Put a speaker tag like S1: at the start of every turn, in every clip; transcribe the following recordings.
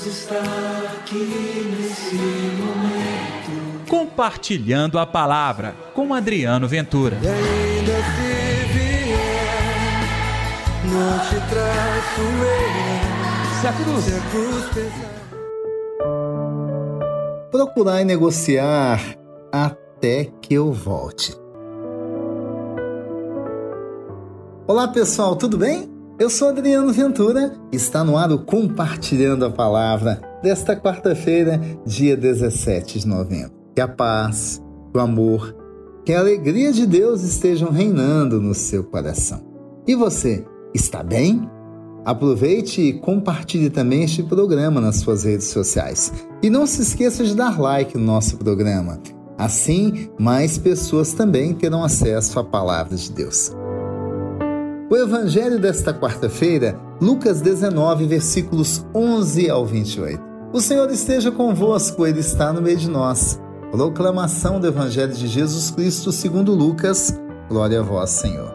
S1: Deus está aqui nesse momento.
S2: Compartilhando a Palavra, com Adriano Ventura.
S1: E ainda se vier, não te traço eu, se a cruz pesar.
S3: Procurar e negociar até que eu volte. Olá pessoal, tudo bem? Eu sou Adriano Ventura e está no ar o Compartilhando a Palavra desta quarta-feira, dia 17 de novembro. Que a paz, o amor, que a alegria de Deus estejam reinando no seu coração. E você, está bem? Aproveite e compartilhe também este programa nas suas redes sociais. E não se esqueça de dar like no nosso programa. Assim, mais pessoas também terão acesso à Palavra de Deus. O Evangelho desta quarta-feira, Lucas 19, versículos 11 ao 28. O Senhor esteja convosco, Ele está no meio de nós. Proclamação do Evangelho de Jesus Cristo segundo Lucas. Glória a vós, Senhor.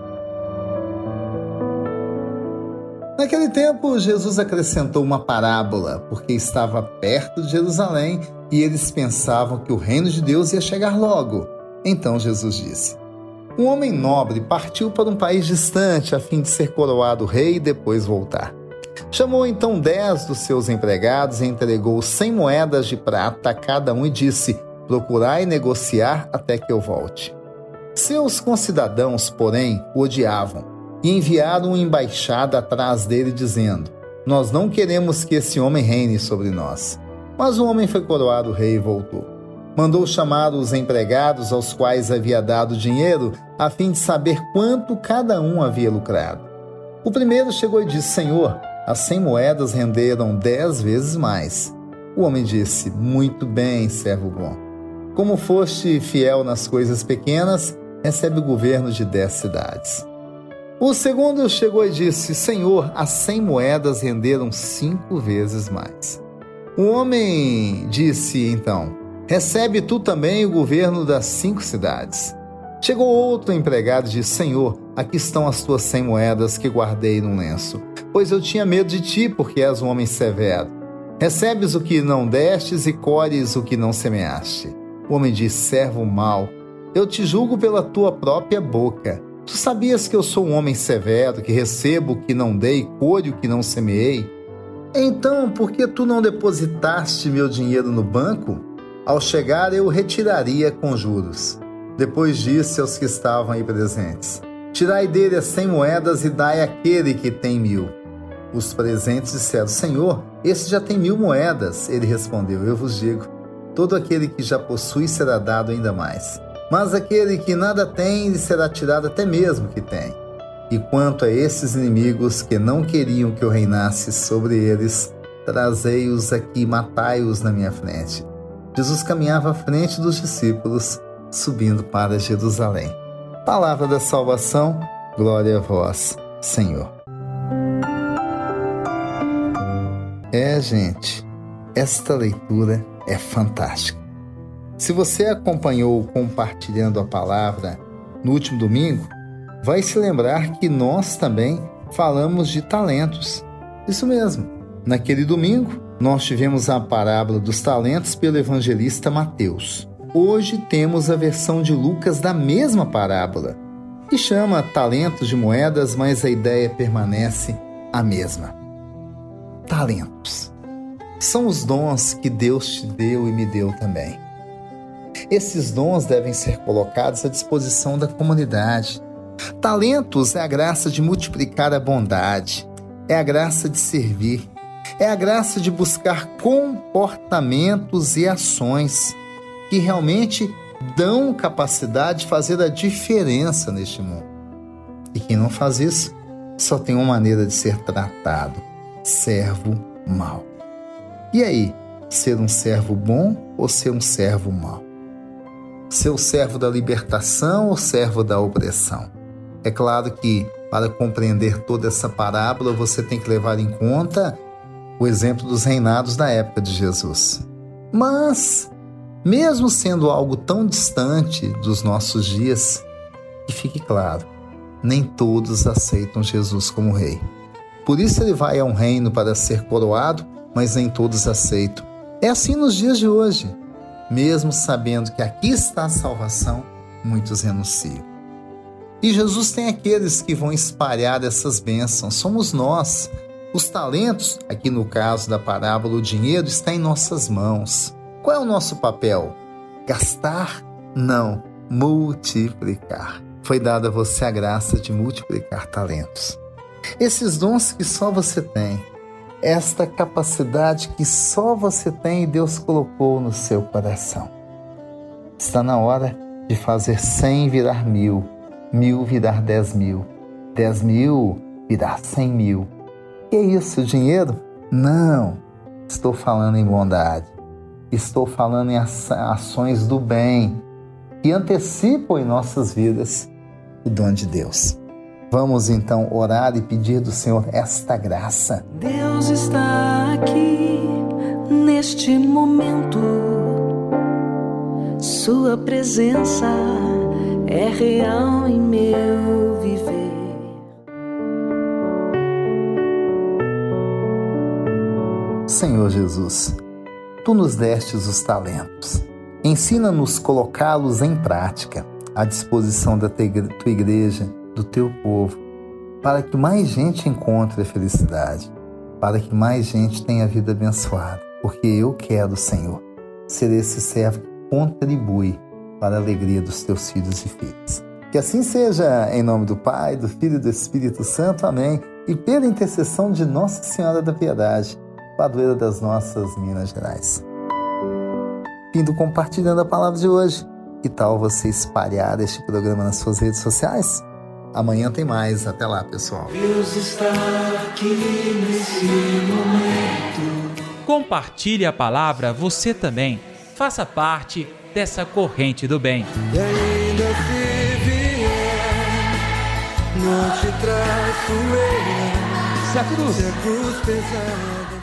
S3: Naquele tempo, Jesus acrescentou uma parábola, porque estava perto de Jerusalém e eles pensavam que o reino de Deus ia chegar logo. Então Jesus disse: um homem nobre partiu para um país distante a fim de ser coroado rei e depois voltar. Chamou então 10 dos seus empregados e entregou 100 moedas de prata a cada um e disse: procurai e negociar até que eu volte. Seus concidadãos, porém, o odiavam e enviaram uma embaixada atrás dele dizendo: nós não queremos que esse homem reine sobre nós. Mas o homem foi coroado rei e voltou. Mandou chamar os empregados aos quais havia dado dinheiro, a fim de saber quanto cada um havia lucrado. O primeiro chegou e disse: Senhor, as 100 moedas renderam 10 vezes mais. O homem disse: muito bem, servo bom. Como foste fiel nas coisas pequenas, recebe o governo de 10 cidades. O segundo chegou e disse: Senhor, as 100 moedas renderam 5 vezes mais. O homem disse então: recebe tu também o governo das 5 cidades. Chegou outro empregado e disse: Senhor, aqui estão as tuas 100 moedas que guardei num lenço, pois eu tinha medo de ti, porque és um homem severo. Recebes o que não destes e colhes o que não semeaste. O homem disse: servo mau, eu te julgo pela tua própria boca. Tu sabias que eu sou um homem severo, que recebo o que não dei e colho o que não semeei? Então, por que tu não depositaste meu dinheiro no banco? Ao chegar, eu o retiraria com juros. Depois disse aos que estavam aí presentes: tirai dele as 100 moedas e dai àquele que tem 1000. Os presentes disseram: Senhor, esse já tem 1000 moedas. Ele respondeu: eu vos digo, todo aquele que já possui será dado ainda mais. Mas aquele que nada tem, lhe será tirado até mesmo o que tem. E quanto a esses inimigos que não queriam que eu reinasse sobre eles, trazei-os aqui e matai-os na minha frente. Jesus caminhava à frente dos discípulos, subindo para Jerusalém. Palavra da salvação, glória a vós, Senhor. Gente, esta leitura é fantástica. Se você acompanhou Compartilhando a Palavra no último domingo, vai se lembrar que nós também falamos de talentos. Isso mesmo, naquele domingo, nós tivemos a parábola dos talentos pelo evangelista Mateus. Hoje temos a versão de Lucas da mesma parábola, que chama talentos de moedas, mas a ideia permanece a mesma. Talentos são os dons que Deus te deu e me deu também. Esses dons devem ser colocados à disposição da comunidade. Talentos é a graça de multiplicar a bondade, é a graça de servir, é a graça de buscar comportamentos e ações que realmente dão capacidade de fazer a diferença neste mundo. E quem não faz isso, só tem uma maneira de ser tratado: servo mau. E aí, ser um servo bom ou ser um servo mau? Ser o servo da libertação ou servo da opressão? É claro que, para compreender toda essa parábola, você tem que levar em conta o exemplo dos reinados da época de Jesus. Mas, mesmo sendo algo tão distante dos nossos dias, que fique claro, nem todos aceitam Jesus como rei. Por isso ele vai a um reino para ser coroado mas nem todos aceitam. É assim nos dias de hoje. Mesmo sabendo que aqui está a salvação, muitos renunciam. E Jesus tem aqueles que vão espalhar essas bênçãos. Somos nós. Os talentos, aqui no caso da parábola, o dinheiro está em nossas mãos. Qual é o nosso papel? Gastar? Não, multiplicar. Foi dada a você a graça de multiplicar talentos. Esses dons que só você tem, esta capacidade que só você tem e Deus colocou no seu coração. Está na hora de fazer 100 virar 1000, 1000 virar 10.000, 10.000 virar 100.000. Que é isso, dinheiro? Não, estou falando em bondade, estou falando em ações do bem que antecipam em nossas vidas o dom de Deus. Vamos então orar e pedir do Senhor esta graça.
S1: Deus está aqui neste momento. Sua presença é real em meu viver.
S3: Senhor Jesus, Tu nos destes os talentos. Ensina-nos colocá-los em prática, à disposição da Tua igreja, do Teu povo, para que mais gente encontre a felicidade, para que mais gente tenha a vida abençoada, porque eu quero, Senhor, ser esse servo que contribui para a alegria dos Teus filhos e filhas. Que assim seja, em nome do Pai, do Filho e do Espírito Santo. Amém. E pela intercessão de Nossa Senhora da Piedade, padroeira das nossas Minas Gerais. Vindo compartilhando a palavra de hoje. Que tal você espalhar este programa nas suas redes sociais? Amanhã tem mais. Até lá, pessoal.
S1: Deus está aqui nesse momento.
S2: Compartilhe a palavra você também. Faça parte dessa corrente do bem.
S1: E ainda se vier, não te traço eu. Se a cruz pesada